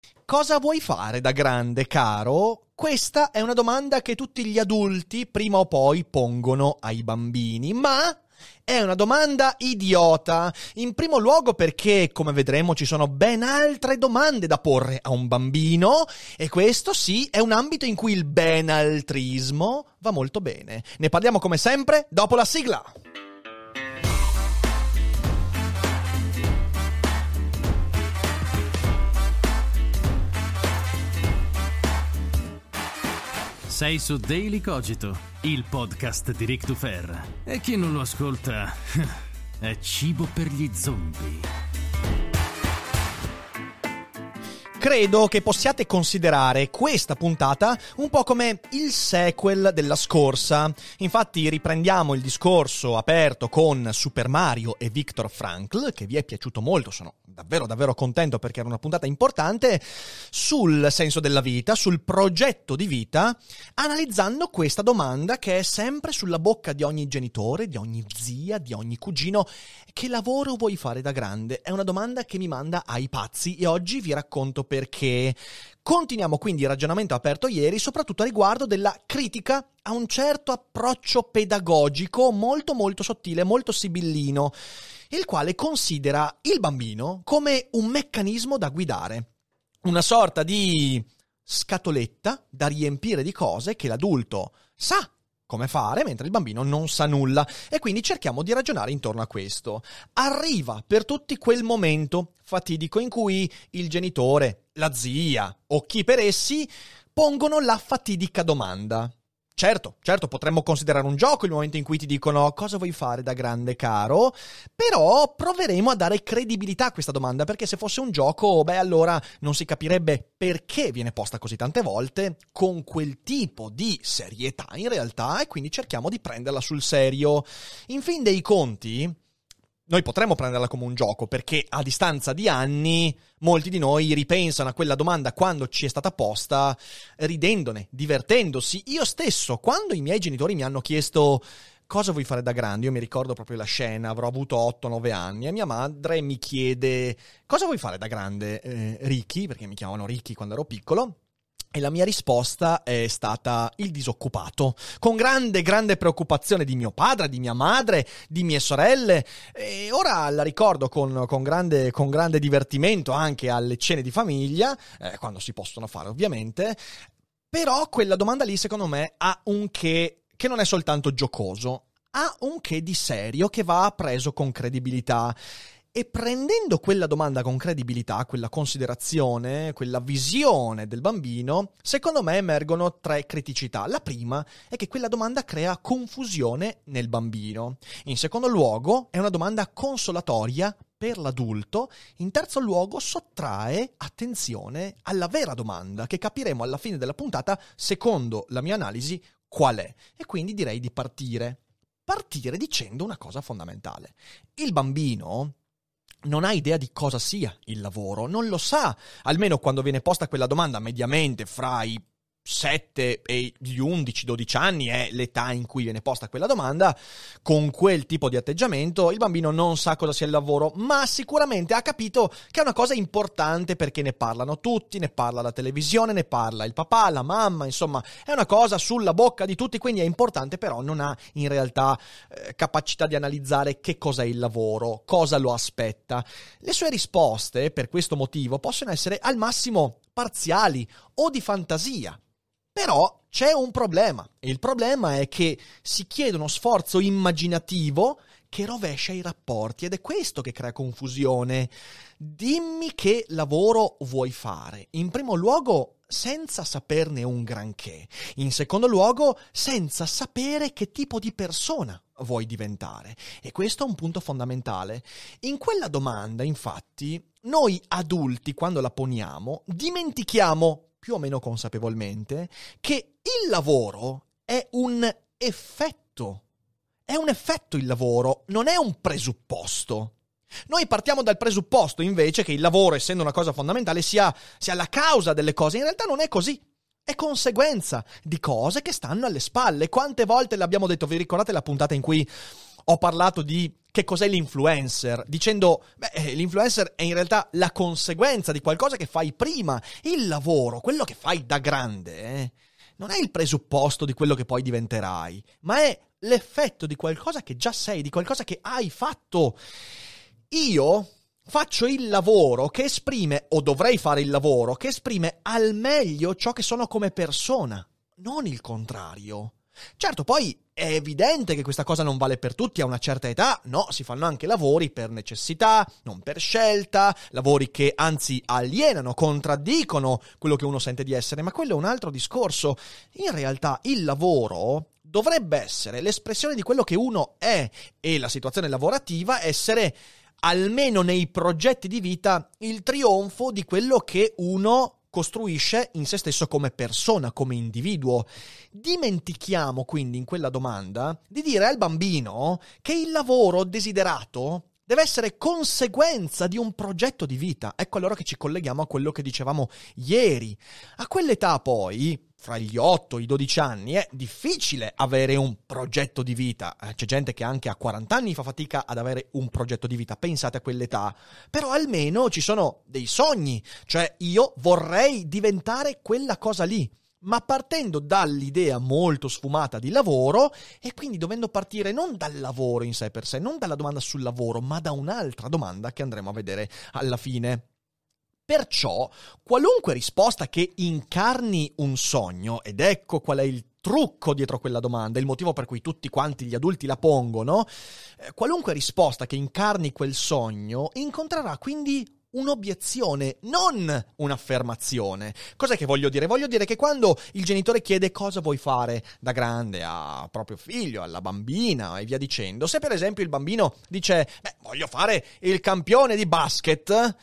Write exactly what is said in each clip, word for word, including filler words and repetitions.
Cosa vuoi fare da grande, caro? Questa è una domanda che tutti gli adulti prima o poi pongono ai bambini, ma è una domanda idiota. In primo luogo perché, come vedremo, ci sono ben altre domande da porre a un bambino e questo sì è un ambito in cui il benaltrismo va molto bene. Ne parliamo come sempre dopo la sigla. Sei su Daily Cogito, il podcast di Ric Dufer. E chi non lo ascolta è cibo per gli zombie. Credo che possiate considerare questa puntata un po' come il sequel della scorsa. Infatti riprendiamo il discorso aperto con Super Mario e Viktor Frankl, che vi è piaciuto molto, sono davvero davvero contento perché era una puntata importante, sul senso della vita, sul progetto di vita, analizzando questa domanda che è sempre sulla bocca di ogni genitore, di ogni zia, di ogni cugino. Che lavoro vuoi fare da grande? È una domanda che mi manda ai pazzi e oggi vi racconto perché. Continuiamo quindi il ragionamento aperto ieri, soprattutto a riguardo della critica a un certo approccio pedagogico molto molto sottile, molto sibillino, il quale considera il bambino come un meccanismo da guidare, una sorta di scatoletta da riempire di cose che l'adulto sa come fare, mentre il bambino non sa nulla. E quindi cerchiamo di ragionare intorno a questo. Arriva per tutti quel momento fatidico in cui il genitore, la zia o chi per essi pongono la fatidica domanda. Certo, certo, potremmo considerare un gioco il momento in cui ti dicono cosa vuoi fare da grande, caro, però proveremo a dare credibilità a questa domanda, perché se fosse un gioco, beh, allora non si capirebbe perché viene posta così tante volte, con quel tipo di serietà in realtà, e quindi cerchiamo di prenderla sul serio. In fin dei conti, noi potremmo prenderla come un gioco, perché a distanza di anni molti di noi ripensano a quella domanda quando ci è stata posta, ridendone, divertendosi. Io stesso, quando i miei genitori mi hanno chiesto cosa vuoi fare da grande, io mi ricordo proprio la scena, avrò avuto otto nove anni, e mia madre mi chiede cosa vuoi fare da grande, eh, Ricky, perché mi chiamavano Ricky quando ero piccolo. E la mia risposta è stata il disoccupato, con grande, grande preoccupazione di mio padre, di mia madre, di mie sorelle. E ora la ricordo con, con, grande, con grande divertimento anche alle cene di famiglia, eh, quando si possono fare ovviamente. Però quella domanda lì secondo me ha un che, che non è soltanto giocoso, ha un che di serio che va preso con credibilità. E prendendo quella domanda con credibilità, quella considerazione, quella visione del bambino, secondo me emergono tre criticità. La prima è che quella domanda crea confusione nel bambino. In secondo luogo, è una domanda consolatoria per l'adulto. In terzo luogo, sottrae attenzione alla vera domanda, che capiremo alla fine della puntata, secondo la mia analisi, qual è. E quindi direi di partire. Partire dicendo una cosa fondamentale. Il bambino non ha idea di cosa sia il lavoro, non lo sa, almeno quando viene posta quella domanda mediamente fra i sette e gli undici dodici anni è l'età in cui viene posta quella domanda. Con quel tipo di atteggiamento il bambino non sa cosa sia il lavoro, ma sicuramente ha capito che è una cosa importante perché ne parlano tutti, ne parla la televisione, ne parla il papà, la mamma, insomma è una cosa sulla bocca di tutti, quindi è importante, però non ha in realtà eh, capacità di analizzare che cosa è il lavoro, cosa lo aspetta. Le sue risposte per questo motivo possono essere al massimo parziali o di fantasia. Però c'è un problema, e il problema è che si chiede uno sforzo immaginativo che rovescia i rapporti, ed è questo che crea confusione. Dimmi che lavoro vuoi fare. In primo luogo, senza saperne un granché. In secondo luogo, senza sapere che tipo di persona vuoi diventare. E questo è un punto fondamentale. In quella domanda, infatti, noi adulti, quando la poniamo, dimentichiamo più o meno consapevolmente, che il lavoro è un effetto. È un effetto il lavoro, non è un presupposto. Noi partiamo dal presupposto, invece, che il lavoro, essendo una cosa fondamentale, sia, sia la causa delle cose. In realtà non è così. È conseguenza di cose che stanno alle spalle. Quante volte l'abbiamo detto? Vi ricordate la puntata in cui ho parlato di che cos'è l'influencer, dicendo, beh, l'influencer è in realtà la conseguenza di qualcosa che fai prima. Il lavoro, quello che fai da grande, eh, non è il presupposto di quello che poi diventerai, ma è l'effetto di qualcosa che già sei, di qualcosa che hai fatto. Io faccio il lavoro che esprime, o dovrei fare il lavoro che esprime al meglio ciò che sono come persona, non il contrario. Certo, poi è evidente che questa cosa non vale per tutti a una certa età, no, si fanno anche lavori per necessità, non per scelta, lavori che anzi alienano, contraddicono quello che uno sente di essere, ma quello è un altro discorso. In realtà il lavoro dovrebbe essere l'espressione di quello che uno è e la situazione lavorativa essere, almeno nei progetti di vita, il trionfo di quello che uno costruisce in se stesso come persona, come individuo. Dimentichiamo quindi in quella domanda di dire al bambino che il lavoro desiderato deve essere conseguenza di un progetto di vita. Ecco allora che ci colleghiamo a quello che dicevamo ieri. A quell'età poi, fra gli otto e i dodici anni, è difficile avere un progetto di vita. C'è gente che anche a quaranta anni fa fatica ad avere un progetto di vita. Pensate a quell'età. Però almeno ci sono dei sogni. Cioè io vorrei diventare quella cosa lì. Ma partendo dall'idea molto sfumata di lavoro e quindi dovendo partire non dal lavoro in sé per sé, non dalla domanda sul lavoro, ma da un'altra domanda che andremo a vedere alla fine. Perciò, qualunque risposta che incarni un sogno, ed ecco qual è il trucco dietro quella domanda, il motivo per cui tutti quanti gli adulti la pongono, eh, qualunque risposta che incarni quel sogno incontrerà quindi un'obiezione, non un'affermazione. Cos'è che voglio dire? Voglio dire che quando il genitore chiede cosa vuoi fare da grande a proprio figlio, alla bambina e via dicendo, se per esempio il bambino dice beh, voglio fare il campione di basket,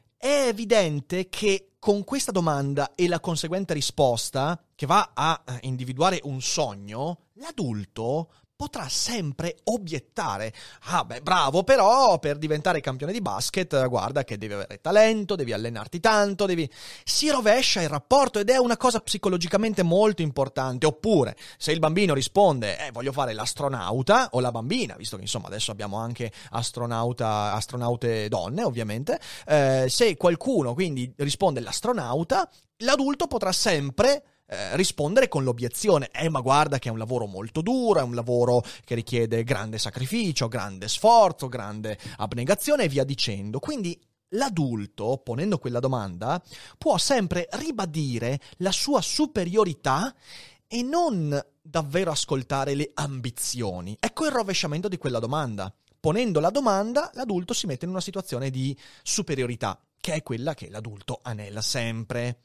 è evidente che con questa domanda e la conseguente risposta, che va a individuare un sogno, l'adulto potrà sempre obiettare. Ah beh, bravo, però per diventare campione di basket, guarda che devi avere talento, devi allenarti tanto, devi... Si rovescia il rapporto ed è una cosa psicologicamente molto importante. Oppure, se il bambino risponde, eh, voglio fare l'astronauta, o la bambina, visto che insomma adesso abbiamo anche astronauta, astronaute donne, ovviamente, eh, se qualcuno quindi risponde l'astronauta, l'adulto potrà sempre Eh, rispondere con l'obiezione, eh ma guarda che è un lavoro molto duro, è un lavoro che richiede grande sacrificio, grande sforzo, grande abnegazione e via dicendo. Quindi l'adulto, ponendo quella domanda, può sempre ribadire la sua superiorità e non davvero ascoltare le ambizioni. Ecco il rovesciamento di quella domanda. Ponendo la domanda, l'adulto si mette in una situazione di superiorità, che è quella che l'adulto anela sempre.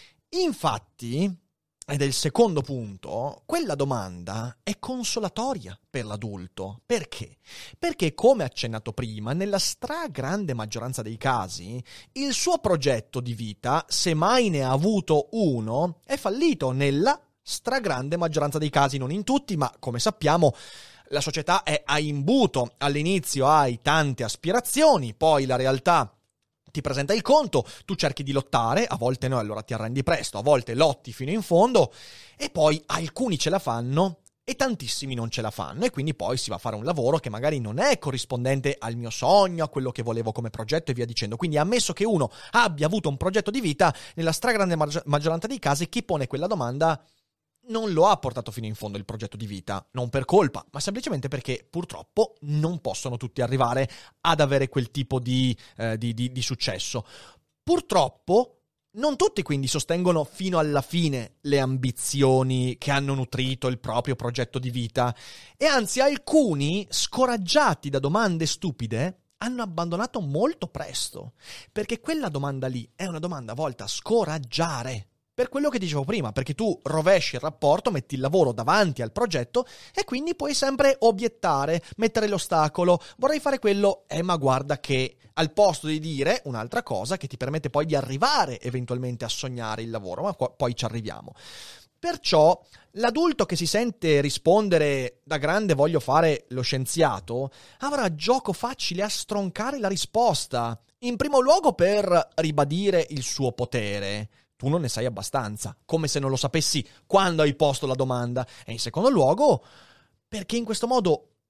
Infatti, ed è il secondo punto, quella domanda è consolatoria per l'adulto. Perché? Perché, come accennato prima, nella stragrande maggioranza dei casi, il suo progetto di vita, se mai ne ha avuto uno, è fallito nella stragrande maggioranza dei casi, non in tutti, ma come sappiamo la società è a imbuto. All'inizio hai tante aspirazioni, poi la realtà ti presenta il conto, tu cerchi di lottare, a volte no, allora ti arrendi presto, a volte lotti fino in fondo e poi alcuni ce la fanno e tantissimi non ce la fanno e quindi poi si va a fare un lavoro che magari non è corrispondente al mio sogno, a quello che volevo come progetto e via dicendo. Quindi ammesso che uno abbia avuto un progetto di vita, nella stragrande maggi- maggioranza dei casi chi pone quella domanda non lo ha portato fino in fondo il progetto di vita, non per colpa, ma semplicemente perché purtroppo non possono tutti arrivare ad avere quel tipo di, eh, di, di, di successo. Purtroppo non tutti quindi sostengono fino alla fine le ambizioni che hanno nutrito il proprio progetto di vita e anzi alcuni, scoraggiati da domande stupide, hanno abbandonato molto presto, perché quella domanda lì è una domanda volta a scoraggiare. Per quello che dicevo prima, perché tu rovesci il rapporto, metti il lavoro davanti al progetto e quindi puoi sempre obiettare, mettere l'ostacolo. Vorrei fare quello, eh ma guarda che al posto di dire un'altra cosa che ti permette poi di arrivare eventualmente a sognare il lavoro, ma qua, poi ci arriviamo. Perciò l'adulto che si sente rispondere da grande voglio fare lo scienziato avrà gioco facile a stroncare la risposta, in primo luogo per ribadire il suo potere. Tu non ne sai abbastanza, come se non lo sapessi quando hai posto la domanda. E in secondo luogo, perché in questo modo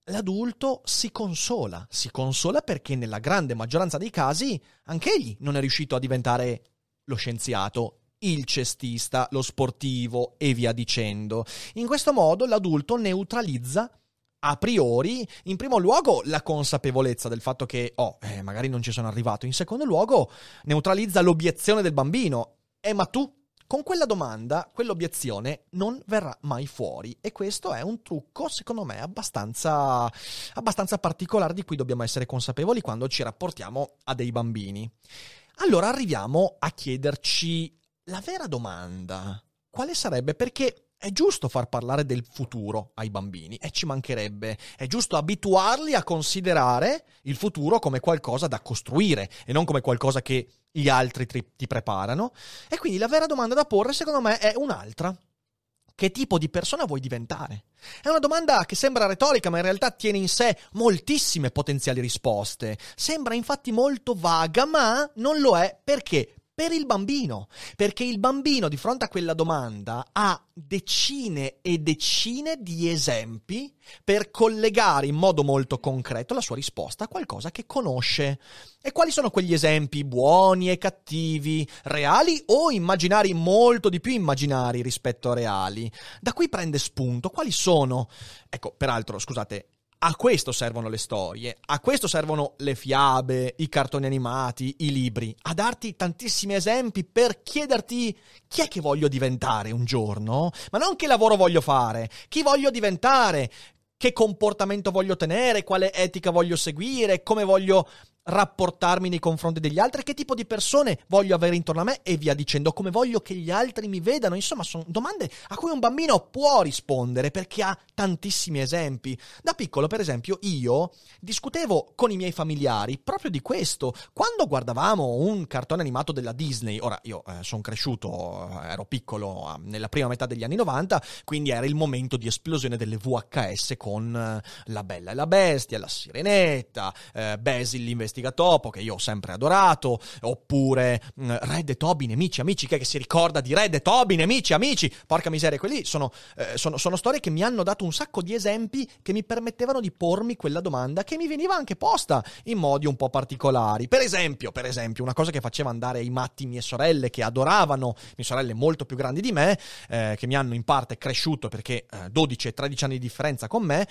l'adulto si consola. Si consola perché nella grande maggioranza dei casi anch'egli non è riuscito a diventare lo scienziato, il cestista, lo sportivo e via dicendo. In questo modo l'adulto neutralizza a priori, in primo luogo, la consapevolezza del fatto che, oh, eh, magari non ci sono arrivato. In secondo luogo, neutralizza l'obiezione del bambino. Eh, ma tu? Con quella domanda, quell'obiezione non verrà mai fuori. E questo è un trucco, secondo me, abbastanza, abbastanza particolare di cui dobbiamo essere consapevoli quando ci rapportiamo a dei bambini. Allora arriviamo a chiederci la vera domanda. Quale sarebbe? Perché è giusto far parlare del futuro ai bambini, e ci mancherebbe. È giusto abituarli a considerare il futuro come qualcosa da costruire e non come qualcosa che gli altri ti, ti preparano. E quindi la vera domanda da porre, secondo me, è un'altra. Che tipo di persona vuoi diventare? È una domanda che sembra retorica, ma in realtà tiene in sé moltissime potenziali risposte. Sembra infatti molto vaga, ma non lo è. Perché? Per il bambino, perché il bambino di fronte a quella domanda ha decine e decine di esempi per collegare in modo molto concreto la sua risposta a qualcosa che conosce. E quali sono quegli esempi buoni e cattivi, reali o immaginari, molto di più immaginari rispetto a reali? Da qui prende spunto. Quali sono? Ecco, peraltro, scusate, a questo servono le storie, a questo servono le fiabe, i cartoni animati, i libri, a darti tantissimi esempi per chiederti chi è che voglio diventare un giorno, ma non che lavoro voglio fare, chi voglio diventare, che comportamento voglio tenere, quale etica voglio seguire, come voglio rapportarmi nei confronti degli altri, che tipo di persone voglio avere intorno a me e via dicendo, come voglio che gli altri mi vedano. Insomma, sono domande a cui un bambino può rispondere perché ha tantissimi esempi. Da piccolo, per esempio, io discutevo con i miei familiari proprio di questo. Quando guardavamo un cartone animato della Disney, ora io eh, sono cresciuto, ero piccolo eh, nella prima metà degli anni novanta, quindi era il momento di esplosione delle V H S con eh, La Bella e la Bestia, La Sirenetta, eh, Basil l'investigatore, Topo, che io ho sempre adorato, oppure mh, Red e Toby nemici amici. Chi è che si ricorda di Red e Toby nemici amici? Porca miseria, quelli sono, eh, sono, sono storie che mi hanno dato un sacco di esempi che mi permettevano di pormi quella domanda, che mi veniva anche posta in modi un po' particolari. Per esempio, per esempio, una cosa che faceva andare ai matti mie sorelle, che adoravano, mie sorelle molto più grandi di me, eh, che mi hanno in parte cresciuto perché eh, dodici e tredici anni di differenza con me,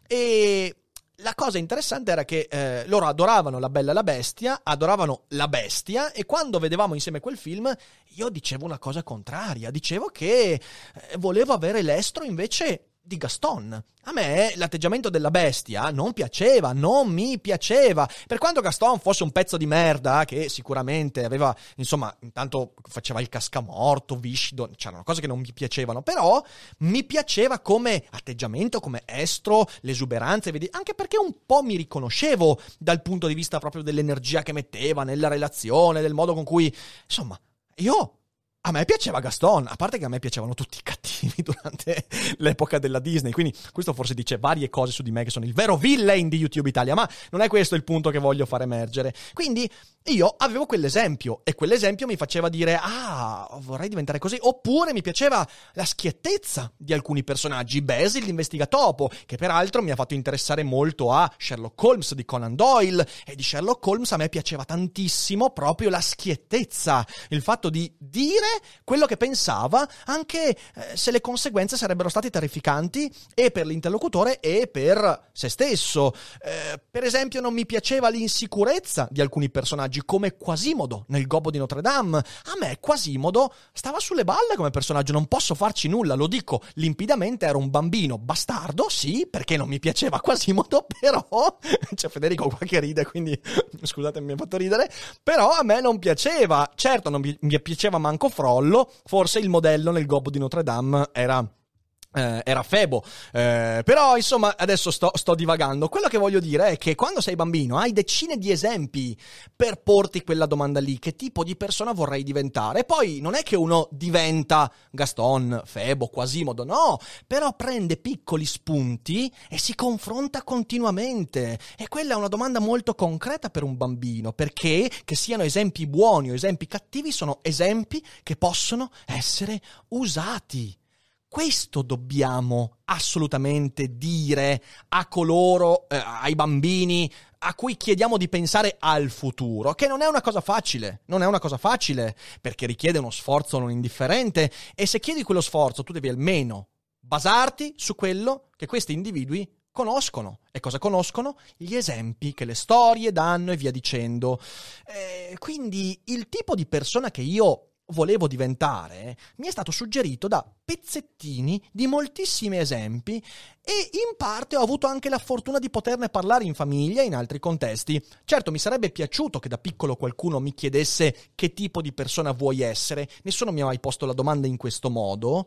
e la cosa interessante era che eh, loro adoravano La Bella e la Bestia, adoravano La Bestia, e quando vedevamo insieme quel film io dicevo una cosa contraria, dicevo che eh, volevo avere l'estro invece di Gaston. A me l'atteggiamento della bestia non piaceva, non mi piaceva. Per quanto Gaston fosse un pezzo di merda, che sicuramente aveva, insomma, intanto faceva il cascamorto, viscido, c'erano cose che non mi piacevano, però mi piaceva come atteggiamento, come estro, l'esuberanza, anche perché un po' mi riconoscevo dal punto di vista proprio dell'energia che metteva nella relazione, del modo con cui, insomma, io... A me piaceva Gaston, a parte che a me piacevano tutti i cattivi durante l'epoca della Disney, quindi questo forse dice varie cose su di me, che sono il vero villain di YouTube Italia, ma non è questo il punto che voglio far emergere. Quindi io avevo quell'esempio, e quell'esempio mi faceva dire ah, vorrei diventare così, oppure mi piaceva la schiettezza di alcuni personaggi, Basil l'investigatopo, che peraltro mi ha fatto interessare molto a Sherlock Holmes di Conan Doyle, e di Sherlock Holmes a me piaceva tantissimo proprio la schiettezza, il fatto di dire quello che pensava, anche eh, se le conseguenze sarebbero state terrificanti e per l'interlocutore e per se stesso. Eh, per esempio non mi piaceva l'insicurezza di alcuni personaggi, come Quasimodo nel Gobbo di Notre Dame. A me Quasimodo stava sulle balle come personaggio, non posso farci nulla, lo dico limpidamente, era un bambino bastardo, sì, perché non mi piaceva Quasimodo, però c'è Federico qua che ride, quindi scusate, mi ha fatto ridere, però a me non piaceva. Certo non mi, mi piaceva manco Frollo, forse il modello nel Gobbo di Notre Dame era Eh, era Febo, eh, però insomma adesso sto, sto divagando. Quello che voglio dire è che quando sei bambino hai decine di esempi per porti quella domanda lì: che tipo di persona vorrei diventare? E poi non è che uno diventa Gaston, Febo, Quasimodo, no, però prende piccoli spunti e si confronta continuamente, e quella è una domanda molto concreta per un bambino, perché che siano esempi buoni o esempi cattivi sono esempi che possono essere usati. Questo dobbiamo assolutamente dire a coloro, eh, ai bambini a cui chiediamo di pensare al futuro, che non è una cosa facile, non è una cosa facile, perché richiede uno sforzo non indifferente, e se chiedi quello sforzo tu devi almeno basarti su quello che questi individui conoscono. E cosa conoscono? Gli esempi che le storie danno e via dicendo. Eh, quindi il tipo di persona che io volevo diventare mi è stato suggerito da pezzettini di moltissimi esempi, e in parte ho avuto anche la fortuna di poterne parlare in famiglia e in altri contesti. Certo, mi sarebbe piaciuto che da piccolo qualcuno mi chiedesse che tipo di persona vuoi essere. Nessuno mi ha mai posto la domanda in questo modo.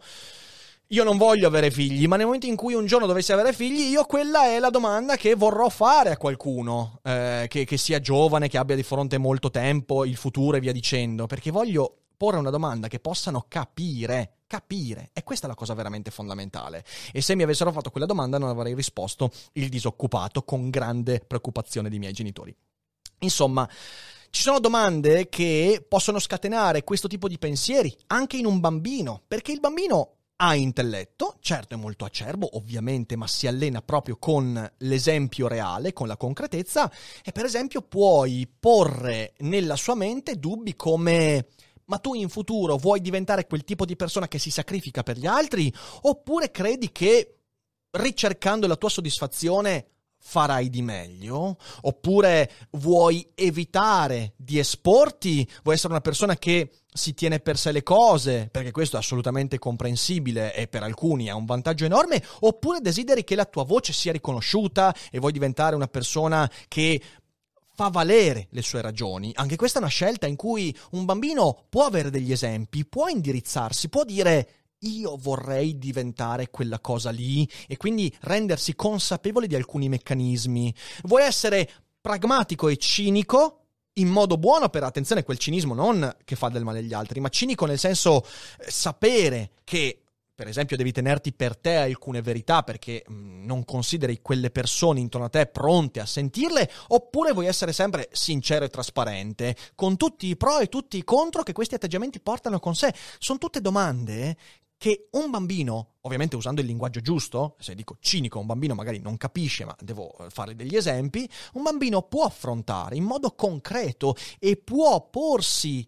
Io non voglio avere figli, ma nel momento in cui un giorno dovessi avere figli, io quella è la domanda che vorrò fare a qualcuno, eh, che, che sia giovane, che abbia di fronte molto tempo, il futuro e via dicendo, perché voglio porre una domanda che possano capire, capire, e questa è la cosa veramente fondamentale. E se mi avessero fatto quella domanda non avrei risposto il disoccupato, con grande preoccupazione dei miei genitori. Insomma, ci sono domande che possono scatenare questo tipo di pensieri anche in un bambino, perché il bambino ha intelletto, certo è molto acerbo ovviamente, ma si allena proprio con l'esempio reale, con la concretezza, e per esempio puoi porre nella sua mente dubbi come: ma tu in futuro vuoi diventare quel tipo di persona che si sacrifica per gli altri, oppure credi che ricercando la tua soddisfazione farai di meglio? Oppure vuoi evitare di esporti? Vuoi essere una persona che si tiene per sé le cose, perché questo è assolutamente comprensibile e per alcuni ha un vantaggio enorme? Oppure desideri che la tua voce sia riconosciuta e vuoi diventare una persona che fa valere le sue ragioni? Anche questa è una scelta in cui un bambino può avere degli esempi, può indirizzarsi, può dire: io vorrei diventare quella cosa lì, e quindi rendersi consapevole di alcuni meccanismi. Vuoi essere pragmatico e cinico in modo buono, per attenzione, quel cinismo non che fa del male agli altri, ma cinico nel senso eh, sapere che per esempio devi tenerti per te alcune verità perché mh, non consideri quelle persone intorno a te pronte a sentirle? Oppure vuoi essere sempre sincero e trasparente, con tutti i pro e tutti i contro che questi atteggiamenti portano con sé? Sono tutte domande che un bambino, ovviamente usando il linguaggio giusto, se dico cinico un bambino magari non capisce, ma devo fare degli esempi, un bambino può affrontare in modo concreto e può porsi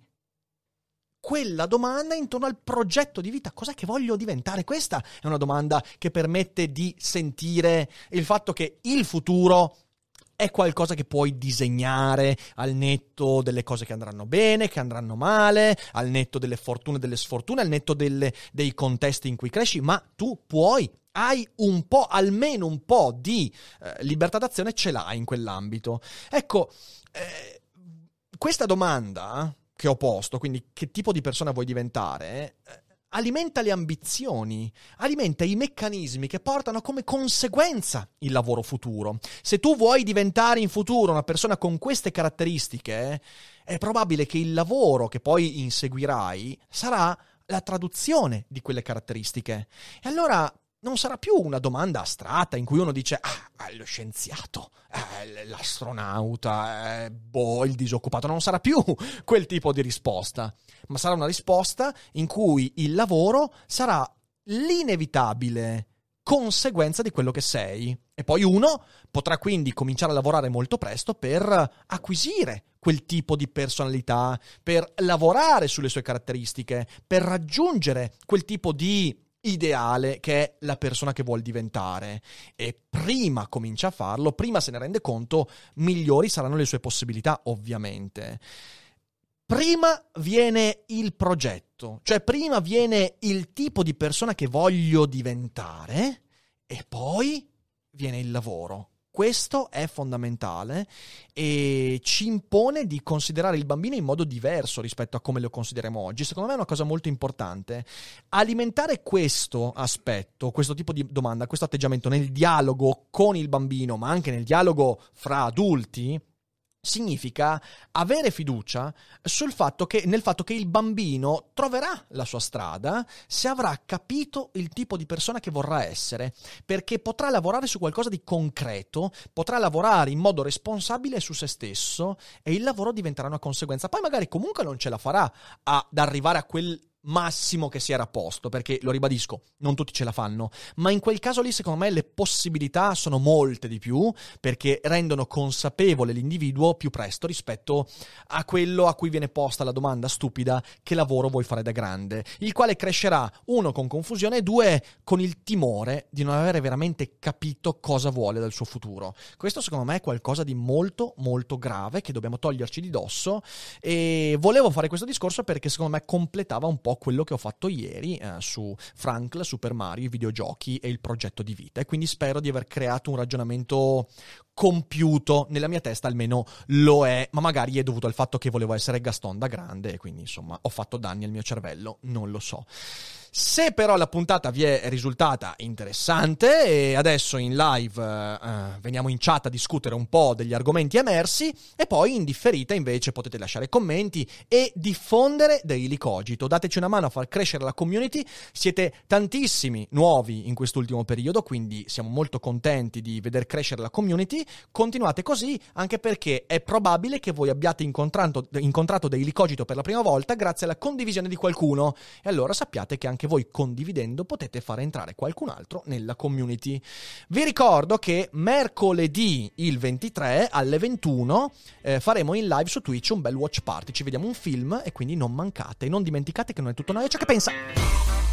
quella domanda intorno al progetto di vita. Cos'è che voglio diventare? Questa è una domanda che permette di sentire il fatto che il futuro è qualcosa che puoi disegnare al netto delle cose che andranno bene, che andranno male, al netto delle fortune e delle sfortune, al netto delle, dei contesti in cui cresci, ma tu puoi, hai un po', almeno un po' di eh, libertà d'azione ce l'hai in quell'ambito. Ecco, eh, questa domanda che ho posto, quindi che tipo di persona vuoi diventare, eh, alimenta le ambizioni, alimenta i meccanismi che portano come conseguenza il lavoro futuro. Se tu vuoi diventare in futuro una persona con queste caratteristiche, è probabile che il lavoro che poi inseguirai sarà la traduzione di quelle caratteristiche. E allora non sarà più una domanda astratta in cui uno dice: ah, lo scienziato, eh, l'astronauta, eh, boh, il disoccupato. Non sarà più quel tipo di risposta, ma sarà una risposta in cui il lavoro sarà l'inevitabile conseguenza di quello che sei. E poi uno potrà quindi cominciare a lavorare molto presto per acquisire quel tipo di personalità, per lavorare sulle sue caratteristiche, per raggiungere quel tipo di ideale che è la persona che vuol diventare. E prima comincia a farlo, prima se ne rende conto, migliori saranno le sue possibilità, ovviamente. Prima viene il progetto, cioè prima viene il tipo di persona che voglio diventare, e poi viene il lavoro. Questo è fondamentale e ci impone di considerare il bambino in modo diverso rispetto a come lo consideriamo oggi. Secondo me è una cosa molto importante. Alimentare questo aspetto, questo tipo di domanda, questo atteggiamento nel dialogo con il bambino, ma anche nel dialogo fra adulti, significa avere fiducia sul fatto che, nel fatto che il bambino troverà la sua strada se avrà capito il tipo di persona che vorrà essere, perché potrà lavorare su qualcosa di concreto, potrà lavorare in modo responsabile su se stesso e il lavoro diventerà una conseguenza. Poi magari comunque non ce la farà ad arrivare a quel massimo che si era a posto, perché, lo ribadisco, non tutti ce la fanno, ma in quel caso lì secondo me le possibilità sono molte di più, perché rendono consapevole l'individuo più presto rispetto a quello a cui viene posta la domanda stupida: che lavoro vuoi fare da grande? Il quale crescerà, uno, con confusione, e due, con il timore di non avere veramente capito cosa vuole dal suo futuro. Questo secondo me è qualcosa di molto molto grave che dobbiamo toglierci di dosso, e volevo fare questo discorso perché secondo me completava un po' quello che ho fatto ieri eh, su Frankl, Super Mario, i videogiochi e il progetto di vita, e quindi spero di aver creato un ragionamento compiuto. Nella mia testa almeno lo è, ma magari è dovuto al fatto che volevo essere Gaston da grande e quindi insomma ho fatto danni al mio cervello, non lo so. Se però la puntata vi è risultata interessante, e adesso in live eh, veniamo in chat a discutere un po' degli argomenti emersi, e poi in differita invece potete lasciare commenti e diffondere Daily Cogito. Dateci una mano a far crescere la community, siete tantissimi nuovi in quest'ultimo periodo, quindi siamo molto contenti di veder crescere la community. Continuate così, anche perché è probabile che voi abbiate incontrato, incontrato Daily Cogito per la prima volta grazie alla condivisione di qualcuno, e allora sappiate che anche voi condividendo potete fare entrare qualcun altro nella community. Vi ricordo che mercoledì il ventitré alle ventuno eh, faremo in live su Twitch un bel watch party, ci vediamo un film e quindi non mancate. Non dimenticate che non è tutto noia ciò che pensa.